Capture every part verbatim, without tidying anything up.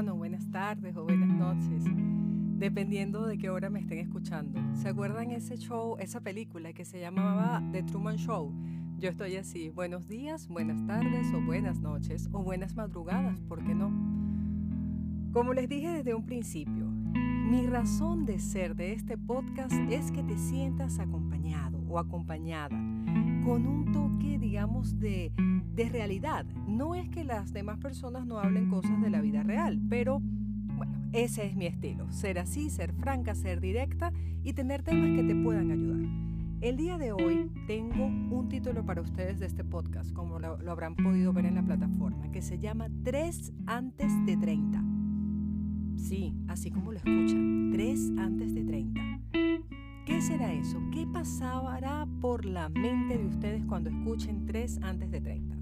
temprano, buenas tardes o buenas noches, dependiendo de qué hora me estén escuchando. ¿Se acuerdan ese show, esa película que se llamaba The Truman Show? Yo estoy así, buenos días, buenas tardes o buenas noches o buenas madrugadas, ¿por qué no? Como les dije desde un principio, mi razón de ser de este podcast es que te sientas acompañado o acompañada con un toque, digamos, de, de realidad. No es que las demás personas no hablen cosas de la vida real, pero bueno, ese es mi estilo. Ser así, ser franca, ser directa y tener temas que te puedan ayudar. El día de hoy tengo un título para ustedes de este podcast, como lo, lo habrán podido ver en la plataforma, que se llama Tres antes de treinta. Sí, así como lo escuchan, tres antes de treinta. ¿Qué será eso? ¿Qué pasará por la mente de ustedes cuando escuchen tres antes de treinta?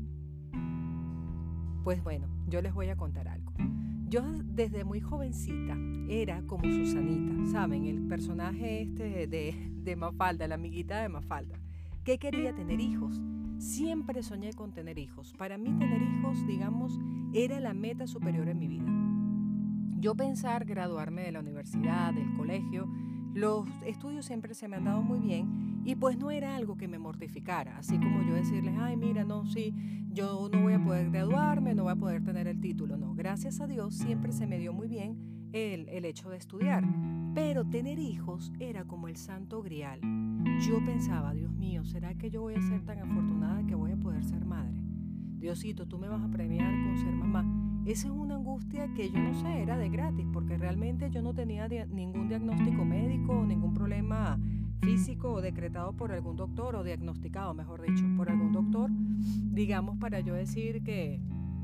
Pues bueno, yo les voy a contar algo. Yo desde muy jovencita era como Susanita, ¿saben? El personaje este de, de Mafalda, la amiguita de Mafalda, que quería tener hijos. Siempre soñé con tener hijos. Para mí tener hijos, digamos, era la meta superior en mi vida. Yo pensar graduarme de la universidad, del colegio, los estudios siempre se me han dado muy bien y pues no era algo que me mortificara, así como yo decirles, ay mira, no, sí, yo no voy a poder graduarme, no voy a poder tener el título, no, gracias a Dios siempre se me dio muy bien el, el hecho de estudiar, pero tener hijos era como el santo grial. Yo pensaba, Dios mío, ¿será que yo voy a ser tan afortunada que voy a poder ser madre? Diosito, tú me vas a premiar con ser mamá. Esa es una angustia que yo no sé, era de gratis, porque realmente yo no tenía dia- ningún diagnóstico médico o ningún problema físico o decretado por algún doctor o diagnosticado, mejor dicho, por algún doctor, digamos, para yo decir que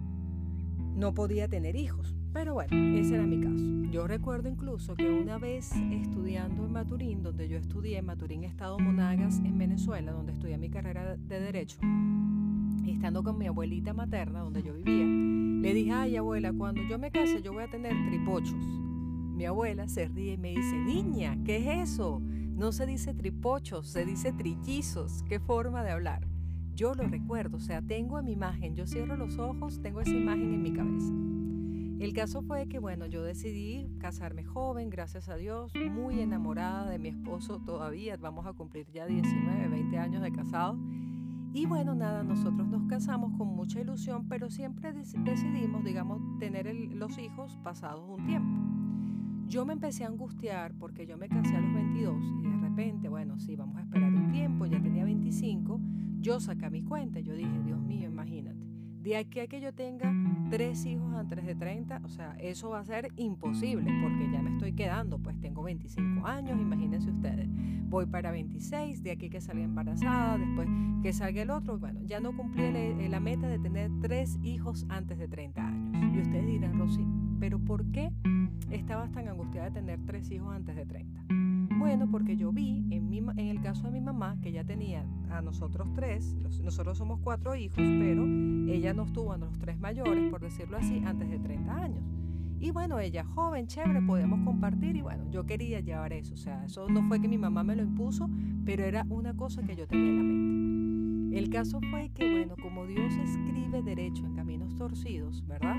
no podía tener hijos. Pero bueno, ese era mi caso. Yo recuerdo incluso que una vez estudiando en Maturín, donde yo estudié en Maturín, Estado Monagas, en Venezuela, donde estudié mi carrera de Derecho, estando con mi abuelita materna, donde yo vivía, le dije, ay abuela, cuando yo me case yo voy a tener tripochos. Mi abuela se ríe y me dice, niña, ¿qué es eso? No se dice tripochos, se dice trillizos. ¿Qué forma de hablar? Yo lo recuerdo, o sea, tengo en mi imagen, yo cierro los ojos, tengo esa imagen en mi cabeza. El caso fue que, bueno, yo decidí casarme joven, gracias a Dios, muy enamorada de mi esposo todavía, vamos a cumplir ya diecinueve, veinte años de casados. Y bueno, nada, nosotros nos casamos con mucha ilusión, pero siempre dec- decidimos, digamos, tener el- los hijos pasados un tiempo. Yo me empecé a angustiar porque yo me casé a los veintidós y de repente, bueno, sí, vamos a esperar un tiempo, ya tenía veinticinco, yo saqué mi cuenta, yo dije, Dios mío, imagínate, de aquí a que yo tenga tres hijos antes de treinta, o sea, eso va a ser imposible porque ya me estoy quedando, pues tengo veinticinco años, imagínense ustedes, voy para veintiséis, de aquí que salga embarazada, después que salga el otro, bueno, ya no cumplí el- la meta de tener tres hijos antes de treinta años. Y ustedes dirán, Rosy, ¿pero por qué estabas tan angustiada de tener tres hijos antes de treinta? Bueno, porque yo vi en, mi, en el caso de mi mamá, que ya tenía a nosotros tres, los, nosotros somos cuatro hijos, pero ella nos tuvo a los tres mayores, por decirlo así, antes de treinta años. Y bueno, ella joven, chévere, podemos compartir y bueno, yo quería llevar eso, o sea, eso no fue que mi mamá me lo impuso, pero era una cosa que yo tenía en la mente. El caso fue que, bueno, como Dios escribe derecho en caminos torcidos, ¿verdad?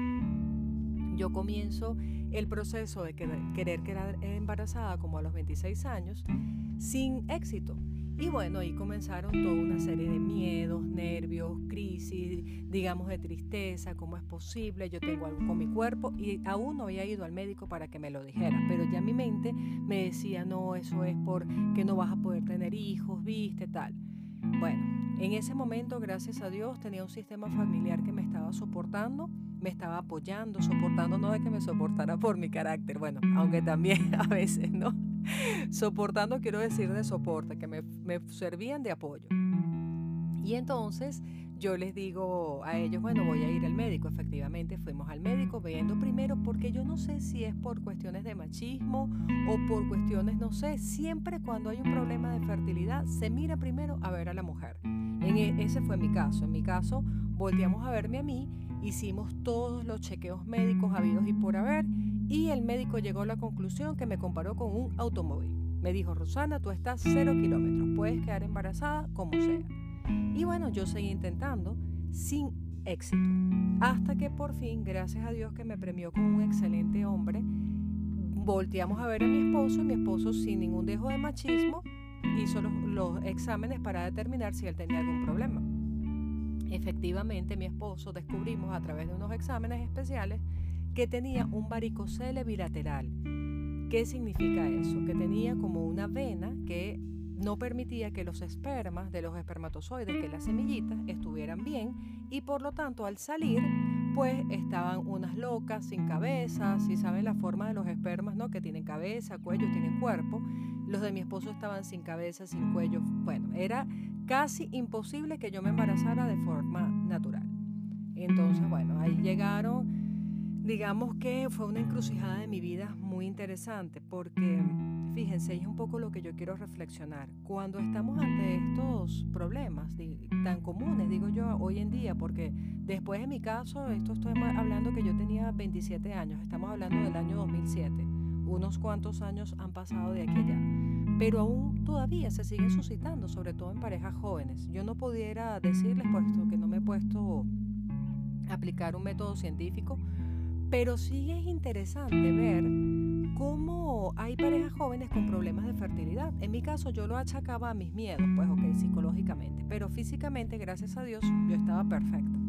Yo comienzo el proceso de querer quedar embarazada como a los veintiséis años sin éxito. Y bueno, ahí comenzaron toda una serie de miedos, nervios, crisis, digamos de tristeza, cómo es posible, yo tengo algo con mi cuerpo y aún no había ido al médico para que me lo dijera, pero ya mi mente me decía, no, eso es porque no vas a poder tener hijos, viste, tal. Bueno, en ese momento, gracias a Dios, tenía un sistema familiar que me estaba soportando, me estaba apoyando, soportando, no de que me soportara por mi carácter, bueno, aunque también a veces, ¿no? Soportando quiero decir de soporte, que me, me servían de apoyo. Y entonces yo les digo a ellos, bueno, voy a ir al médico. Efectivamente fuimos al médico viendo primero, porque yo no sé si es por cuestiones de machismo o por cuestiones, no sé, siempre cuando hay un problema de fertilidad se mira primero a ver a la mujer. En e- ese fue mi caso. En mi caso volteamos a verme a mí, hicimos todos los chequeos médicos habidos y por haber y el médico llegó a la conclusión que me comparó con un automóvil. Me dijo, Rosana, tú estás cero kilómetros, puedes quedar embarazada como sea. Y bueno, yo seguí intentando sin éxito. Hasta que por fin, gracias a Dios que me premió con un excelente hombre, volteamos a ver a mi esposo y mi esposo, sin ningún dejo de machismo, hizo los, los exámenes para determinar si él tenía algún problema. Efectivamente, mi esposo descubrimos a través de unos exámenes especiales que tenía un varicocele bilateral. ¿Qué significa eso? Que tenía como una vena que no permitía que los espermas de los espermatozoides, que las semillitas, estuvieran bien, y por lo tanto al salir pues estaban unas locas sin cabeza. Si saben la forma de los espermas, ¿no? Que tienen cabeza, cuello, tienen cuerpo. Los de mi esposo estaban sin cabeza, sin cuello. Bueno, era casi imposible que yo me embarazara de forma natural. Entonces, bueno, ahí llegaron, digamos que fue una encrucijada de mi vida muy interesante, porque fíjense, es un poco lo que yo quiero reflexionar. Cuando estamos ante estos problemas tan comunes, digo yo, hoy en día, porque después de mi caso, esto estoy hablando que yo tenía veintisiete años, estamos hablando del año dos mil siete, unos cuantos años han pasado de aquí a allá, pero aún todavía se siguen suscitando, sobre todo en parejas jóvenes. Yo no pudiera decirles, puesto que no me he puesto a aplicar un método científico, pero sí es interesante ver cómo hay parejas jóvenes con problemas de fertilidad. En mi caso yo lo achacaba a mis miedos, pues ok, psicológicamente, pero físicamente, gracias a Dios, yo estaba perfecta.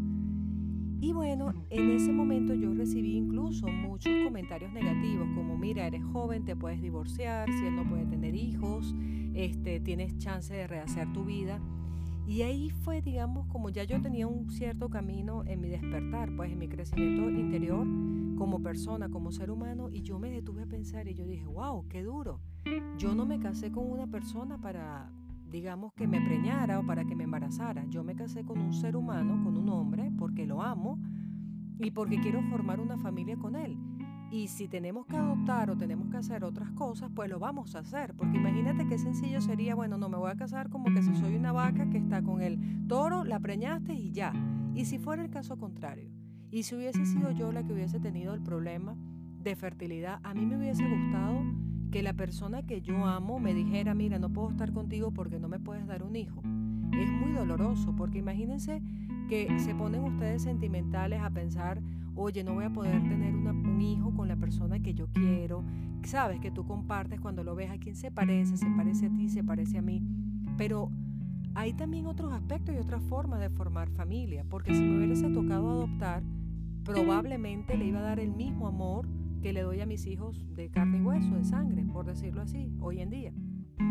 Y bueno, en ese momento yo recibí incluso muchos comentarios negativos, como mira, eres joven, te puedes divorciar, si él no puede tener hijos, este, tienes chance de rehacer tu vida. Y ahí fue, digamos, como ya yo tenía un cierto camino en mi despertar, pues en mi crecimiento interior como persona, como ser humano, y yo me detuve a pensar y yo dije, wow, qué duro. Yo no me casé con una persona para, digamos, que me preñara o para que me embarazara. Yo me casé con un ser humano, con un hombre, porque lo amo y porque quiero formar una familia con él. Y si tenemos que adoptar o tenemos que hacer otras cosas, pues lo vamos a hacer. Porque imagínate qué sencillo sería, bueno, no me voy a casar como que si soy una vaca que está con el toro, la preñaste y ya. Y si fuera el caso contrario, y si hubiese sido yo la que hubiese tenido el problema de fertilidad, a mí me hubiese gustado que la persona que yo amo me dijera, mira, no puedo estar contigo porque no me puedes dar un hijo. Es muy doloroso, porque imagínense que se ponen ustedes sentimentales a pensar, oye, no voy a poder tener una, un hijo con la persona que yo quiero, sabes, que tú compartes cuando lo ves, a quién se parece, se parece a ti, se parece a mí, pero hay también otros aspectos y otras formas de formar familia, porque si me hubiese tocado adoptar, probablemente le iba a dar el mismo amor que le doy a mis hijos de carne y hueso, de sangre, por decirlo así, hoy en día.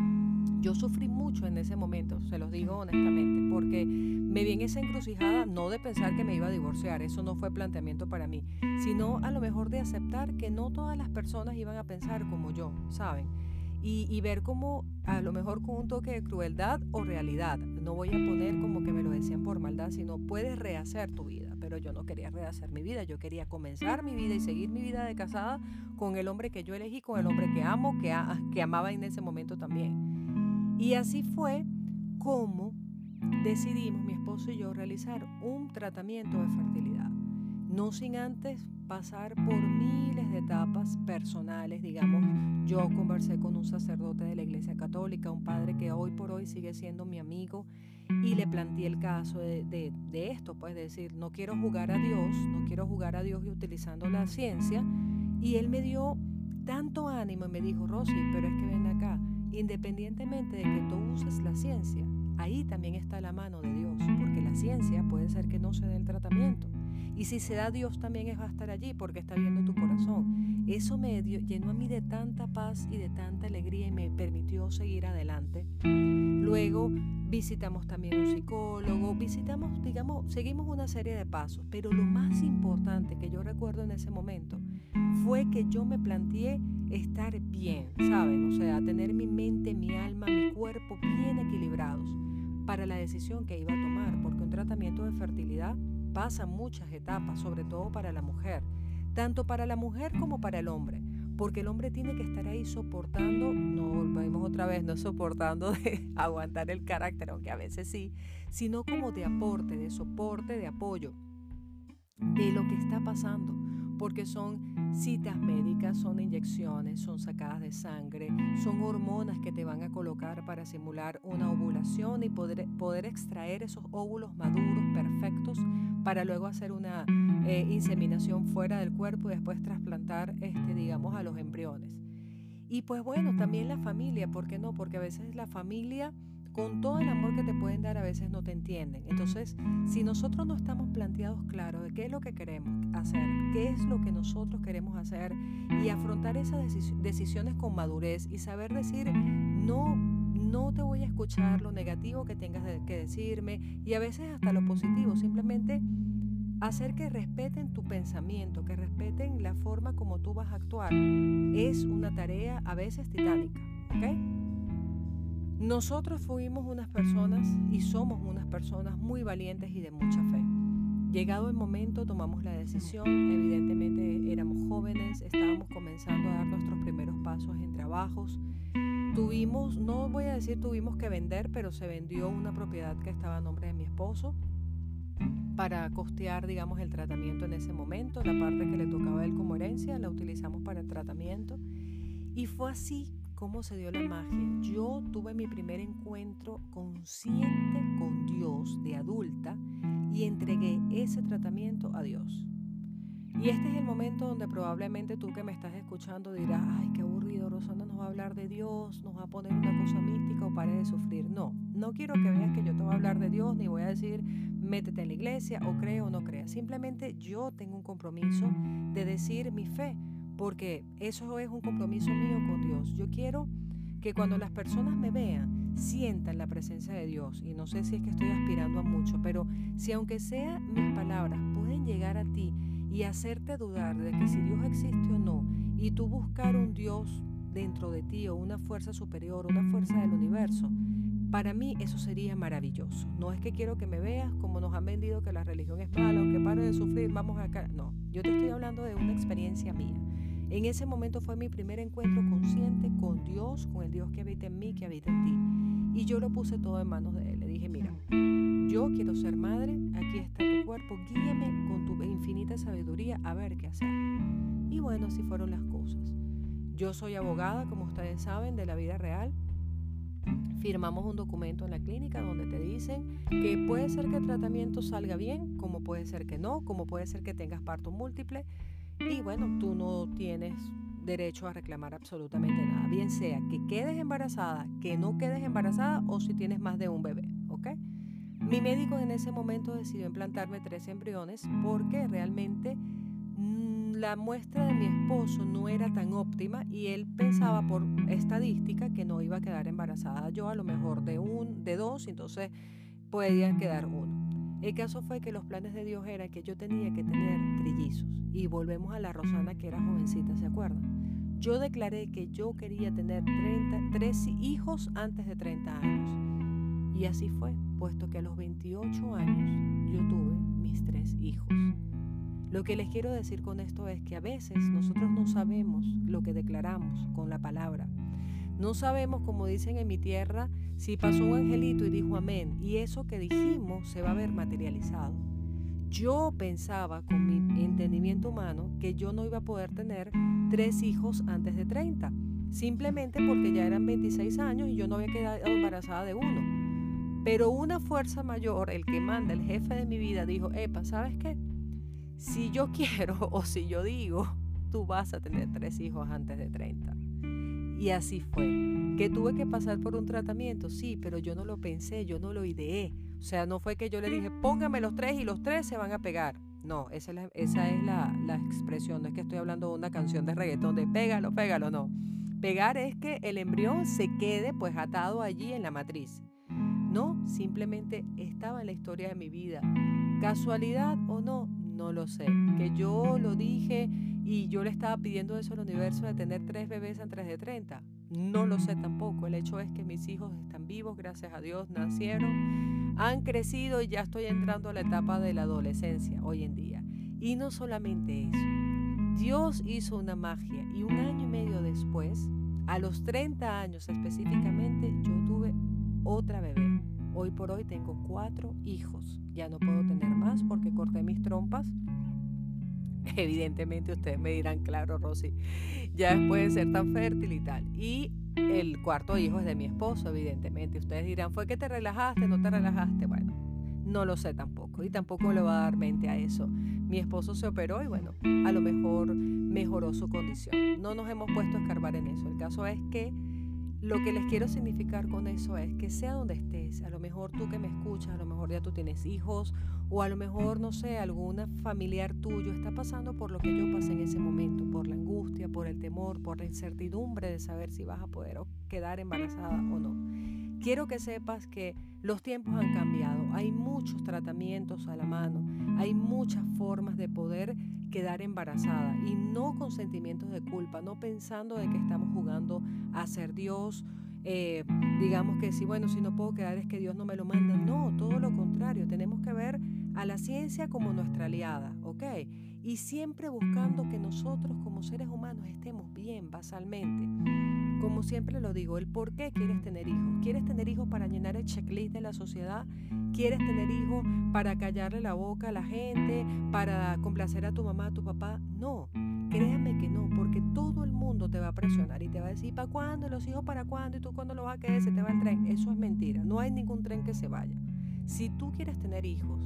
Yo sufrí mucho en ese momento, se los digo honestamente, porque me vi en esa encrucijada no de pensar que me iba a divorciar, eso no fue planteamiento para mí, sino a lo mejor de aceptar que no todas las personas iban a pensar como yo, ¿saben? Y, y ver cómo a lo mejor con un toque de crueldad o realidad, no voy a poner como que me lo decían por maldad, sino puedes rehacer tu vida, pero yo no quería rehacer mi vida, yo quería comenzar mi vida y seguir mi vida de casada con el hombre que yo elegí, con el hombre que amo, que, a, que amaba en ese momento también. Y así fue como decidimos, mi esposo y yo, realizar un tratamiento de fertilidad, no sin antes pasar por miles de etapas personales. Digamos, yo conversé con un sacerdote de la Iglesia Católica, un padre que hoy por hoy sigue siendo mi amigo, y le planteé el caso de, de, de esto, pues de decir, no quiero jugar a Dios, no quiero jugar a Dios utilizando la ciencia, y él me dio tanto ánimo y me dijo, Rosy, pero es que ven acá, independientemente de que tú uses la ciencia, ahí también está la mano de Dios, porque la ciencia puede ser que no se dé el tratamiento. Y si se da, Dios también va a estar allí porque está viendo tu corazón. Eso me dio, llenó a mí de tanta paz y de tanta alegría y me permitió seguir adelante. Luego visitamos también un psicólogo, visitamos, digamos, seguimos una serie de pasos, pero lo más importante que yo recuerdo en ese momento fue que yo me planteé estar bien, ¿saben? O sea, tener mi mente, mi alma, mi cuerpo bien equilibrados para la decisión que iba a tomar, porque un tratamiento de fertilidad pasa muchas etapas, sobre todo para la mujer, tanto para la mujer como para el hombre, porque el hombre tiene que estar ahí soportando, no volvemos otra vez, no soportando de aguantar el carácter, aunque a veces sí, sino como de aporte, de soporte, de apoyo de lo que está pasando, porque son citas médicas, son inyecciones, son sacadas de sangre, son hormonas que te van a colocar para simular una ovulación y poder, poder extraer esos óvulos maduros, perfectos, para luego hacer una eh, inseminación fuera del cuerpo y después trasplantar, este, digamos, a los embriones. Y pues bueno, también la familia, ¿por qué no? Porque a veces la familia, con todo el amor que te pueden dar, a veces no te entienden. Entonces, si nosotros no estamos planteados claros de qué es lo que queremos hacer, qué es lo que nosotros queremos hacer y afrontar esas decis- decisiones con madurez y saber decir, no, no te voy a escuchar lo negativo que tengas de- que decirme y a veces hasta lo positivo, simplemente hacer que respeten tu pensamiento, que respeten la forma como tú vas a actuar, es una tarea a veces titánica, ¿ok? Nosotros fuimos unas personas y somos unas personas muy valientes y de mucha fe. Llegado el momento, tomamos la decisión. Evidentemente éramos jóvenes, estábamos comenzando a dar nuestros primeros pasos en trabajos. Tuvimos, no voy a decir tuvimos que vender, pero se vendió una propiedad que estaba a nombre de mi esposo para costear, digamos, el tratamiento en ese momento. La parte que le tocaba a él como herencia la utilizamos para el tratamiento. Y fue así como se dio la magia. Yo tuve mi primer encuentro consciente con Dios de adulta y entregué ese tratamiento a Dios. Y este es el momento donde probablemente tú que me estás escuchando dirás, ay, qué aburrido, Rosana nos va a hablar de Dios, nos va a poner una cosa mística o pare de sufrir. No, no quiero que veas que yo te voy a hablar de Dios, ni voy a decir, métete en la iglesia o cree o no crea. Simplemente yo tengo un compromiso de decir mi fe, porque eso es un compromiso mío con Dios. Yo quiero que cuando las personas me vean, sientan la presencia de Dios. Y no sé si es que estoy aspirando a mucho, pero si aunque sea mis palabras pueden llegar a ti y hacerte dudar de que si Dios existe o no, y tú buscar un Dios dentro de ti o una fuerza superior, una fuerza del universo, para mí eso sería maravilloso. No es que quiero que me veas como nos han vendido que la religión es mala o que pare de sufrir, vamos acá. No, yo te estoy hablando de una experiencia mía. En ese momento fue mi primer encuentro consciente con Dios, con el Dios que habita en mí, que habita en ti. Y yo lo puse todo en manos de Él. Le dije, mira, yo quiero ser madre, aquí está tu cuerpo, guíame con tu infinita sabiduría a ver qué hacer. Y bueno, así fueron las cosas. Yo soy abogada, como ustedes saben, de la vida real. Firmamos un documento en la clínica donde te dicen que puede ser que el tratamiento salga bien, como puede ser que no, como puede ser que tengas parto múltiple. Y bueno, tú no tienes derecho a reclamar absolutamente nada, bien sea que quedes embarazada, que no quedes embarazada o si tienes más de un bebé, ¿ok? Mi médico en ese momento decidió implantarme tres embriones porque realmente mmm, la muestra de mi esposo no era tan óptima y él pensaba por estadística que no iba a quedar embarazada yo, a lo mejor de, un, de dos, entonces podían quedar uno. El caso fue que los planes de Dios eran que yo tenía que tener trillizos. Y volvemos a la Rosana que era jovencita, ¿se acuerdan? Yo declaré que yo quería tener treinta, tres hijos antes de treinta años. Y así fue, puesto que a los veintiocho años yo tuve mis tres hijos. Lo que les quiero decir con esto es que a veces nosotros no sabemos lo que declaramos con la palabra. No sabemos, como dicen en mi tierra, si pasó un angelito y dijo amén, y eso que dijimos se va a ver materializado. Yo pensaba con mi entendimiento humano que yo no iba a poder tener tres hijos antes de treinta, simplemente porque ya eran veintiséis años y yo no había quedado embarazada de uno. Pero una fuerza mayor, el que manda, el jefe de mi vida, dijo, epa, ¿sabes qué? Si yo quiero o si yo digo, tú vas a tener tres hijos antes de treinta. Y así fue. ¿Que tuve que pasar por un tratamiento? Sí, pero yo no lo pensé, yo no lo ideé. O sea, no fue que yo le dije, póngame los tres y los tres se van a pegar. No, esa es la, esa es la, la expresión. No es que estoy hablando de una canción de reggaetón de pégalo, pégalo, no. Pegar es que el embrión se quede pues atado allí en la matriz. No, simplemente estaba en la historia de mi vida. ¿Casualidad o no? No lo sé. Que yo lo dije y yo le estaba pidiendo eso al universo de tener tres bebés antes de treinta. No lo sé tampoco. El hecho es que mis hijos están vivos, gracias a Dios, nacieron, han crecido y ya estoy entrando a la etapa de la adolescencia hoy en día. Y no solamente eso. Dios hizo una magia y un año y medio después, a los treinta años específicamente, yo tuve otra bebé. Hoy por hoy tengo cuatro hijos. Ya no puedo tener más porque corté mis trompas. Evidentemente ustedes me dirán, claro, Rosy, ya después de ser tan fértil y tal. Y el cuarto hijo es de mi esposo, evidentemente. Ustedes dirán, ¿fue que te relajaste? ¿No te relajaste? Bueno, No lo sé tampoco y tampoco le va a dar mente a eso. Mi esposo se operó y bueno, a lo mejor mejoró su condición. No nos hemos puesto a escarbar en eso. El caso es que lo que les quiero significar con eso es que sea donde estés, a lo mejor tú que me escuchas, a lo mejor ya tú tienes hijos o a lo mejor, no sé, alguna familiar tuyo está pasando por lo que yo pasé en ese momento, por la angustia, por el temor, por la incertidumbre de saber si vas a poder quedar embarazada o no. Quiero que sepas que los tiempos han cambiado, hay muchos tratamientos a la mano, hay muchas formas de poder quedar embarazada y no con sentimientos de culpa, no pensando de que estamos jugando a ser Dios, eh, digamos que si bueno, si no puedo quedar es que Dios no me lo manda. No, todo lo contrario, tenemos que ver a la ciencia como nuestra aliada, ¿ok? Y siempre buscando que nosotros como seres humanos estemos bien basalmente. Como siempre lo digo, el por qué quieres tener hijos. ¿Quieres tener hijos para llenar el checklist de la sociedad? ¿Quieres tener hijos para callarle la boca a la gente? ¿Para complacer a tu mamá, a tu papá? No, créanme que no, porque todo el mundo te va a presionar y te va a decir, ¿para cuándo? ¿Los hijos para cuándo? ¿Y tú cuándo lo vas a querer? Se te va el tren. Eso es mentira, no hay ningún tren que se vaya. Si tú quieres tener hijos,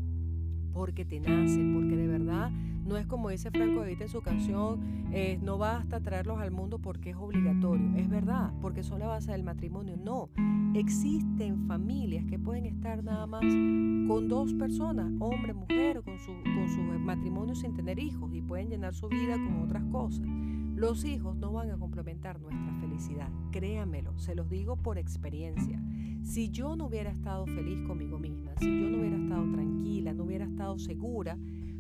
porque te nace, porque de verdad no es como dice Franco De Vita en su canción, eh, no basta traerlos al mundo porque es obligatorio. Es verdad, porque son la base del matrimonio. No, existen familias que pueden estar nada más con dos personas, hombre, mujer, con su, con su matrimonio sin tener hijos y pueden llenar su vida con otras cosas. Los hijos no van a complementar nuestra felicidad, créanmelo, se los digo por experiencia. Si yo no hubiera estado feliz conmigo misma, si yo no hubiera estado tranquila, no hubiera estado segura,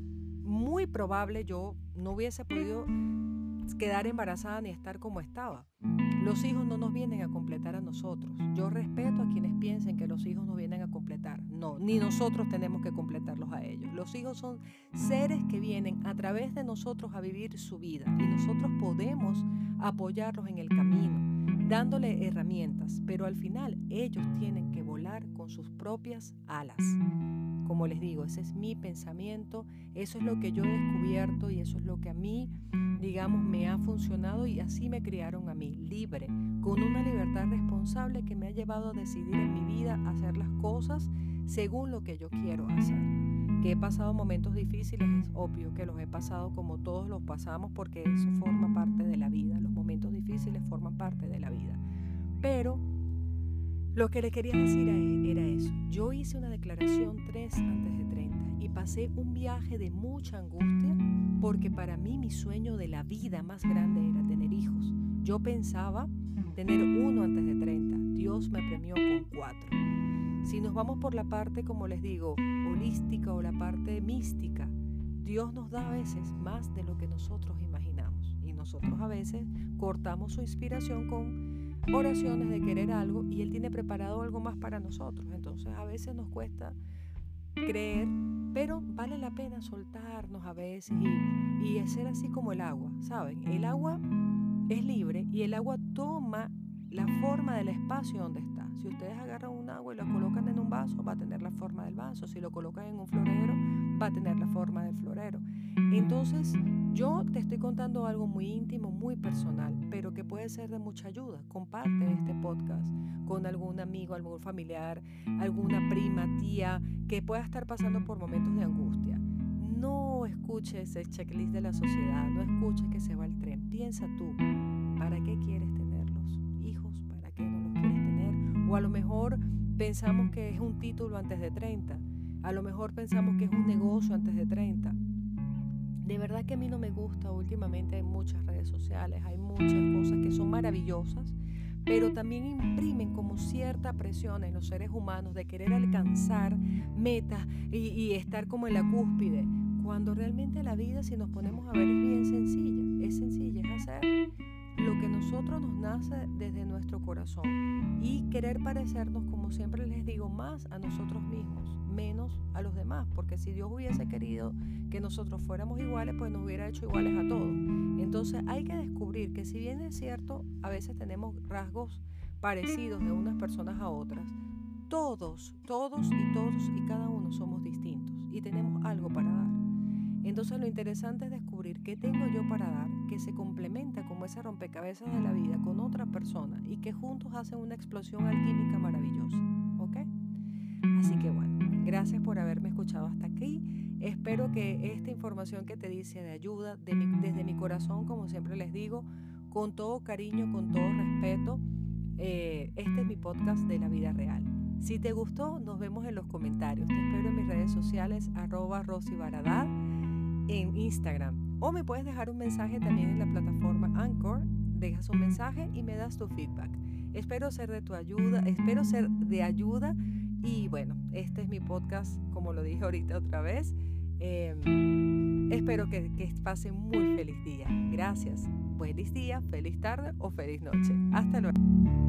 muy probable yo no hubiese podido quedar embarazada ni estar como estaba. Los hijos no nos vienen a completar a nosotros. Yo respeto a quienes piensen que los hijos nos vienen a completar. No, ni nosotros tenemos que completarlos a ellos. Los hijos son seres que vienen a través de nosotros a vivir su vida y nosotros podemos apoyarlos en el camino, dándole herramientas, pero al final ellos tienen que volar con sus propias alas. Como les digo, ese es mi pensamiento, eso es lo que yo he descubierto y eso es lo que a mí, digamos, me ha funcionado y así me criaron a mí, libre, con una libertad responsable que me ha llevado a decidir en mi vida hacer las cosas según lo que yo quiero hacer. Que he pasado momentos difíciles, es obvio que los he pasado como todos los pasamos porque eso forma parte de la vida, los momentos difíciles forman parte de la vida. Pero lo que le quería decir a él era eso. Yo hice una declaración tres antes de treinta y pasé un viaje de mucha angustia porque para mí mi sueño de la vida más grande era tener hijos. Yo pensaba tener uno antes de treinta. Dios me premió con cuatro. Si nos vamos por la parte, como les digo, holística o la parte mística, Dios nos da a veces más de lo que nosotros imaginamos y nosotros a veces cortamos su inspiración con oraciones de querer algo y Él tiene preparado algo más para nosotros. Entonces a veces nos cuesta creer, pero vale la pena soltarnos a veces y, y hacer así como el agua, ¿saben? El agua es libre y el agua toma la forma del espacio donde está. Si ustedes agarran un agua y lo colocan en un vaso, va a tener la forma del vaso. Si lo colocan en un florero, va a tener la forma del florero. Entonces, yo te estoy contando algo muy íntimo, muy personal, pero que puede ser de mucha ayuda. Comparte este podcast con algún amigo, algún familiar, alguna prima, tía, que pueda estar pasando por momentos de angustia. No escuches el checklist de la sociedad, no escuches que se va el tren. Piensa tú, ¿para qué quieres tenerlos? Hijos, ¿para qué no los quieres tener? O a lo mejor pensamos que es un título antes de treinta. A lo mejor pensamos que es un negocio antes de treinta. De verdad que a mí no me gusta. Últimamente hay muchas redes sociales, hay muchas cosas que son maravillosas, pero también imprimen como cierta presión en los seres humanos de querer alcanzar metas y, y estar como en la cúspide, cuando realmente la vida, si nos ponemos a ver, es bien sencilla. Es sencilla, es hacer lo que nosotros nos nace desde nuestro corazón y querer parecernos, como siempre les digo, más a nosotros mismos, menos a los demás, porque si Dios hubiese querido que nosotros fuéramos iguales, pues nos hubiera hecho iguales a todos. Entonces hay que descubrir que si bien es cierto, a veces tenemos rasgos parecidos de unas personas a otras, todos, todos y todos y cada uno somos distintos y tenemos algo para dar. Entonces lo interesante es descubrir qué tengo yo para dar, que se complementa como ese rompecabezas de la vida con otra persona y que juntos hacen una explosión alquímica maravillosa, ¿ok? Así que bueno, Gracias por haberme escuchado hasta aquí. Espero que esta información que te dice de ayuda, de mi, desde mi corazón, como siempre les digo, con todo cariño, con todo respeto, eh, este es mi podcast de la vida real. Si te gustó, nos vemos en los comentarios. Te espero en mis redes sociales, arroba Rosy Baradar, en Instagram. O me puedes dejar un mensaje también en la plataforma Anchor. Dejas un mensaje y me das tu feedback. Espero ser de tu ayuda, espero ser de ayuda. Y bueno, este es mi podcast, como lo dije ahorita otra vez. Eh, espero que, que pasen muy feliz día. Gracias. Feliz día, feliz tarde o feliz noche. Hasta luego.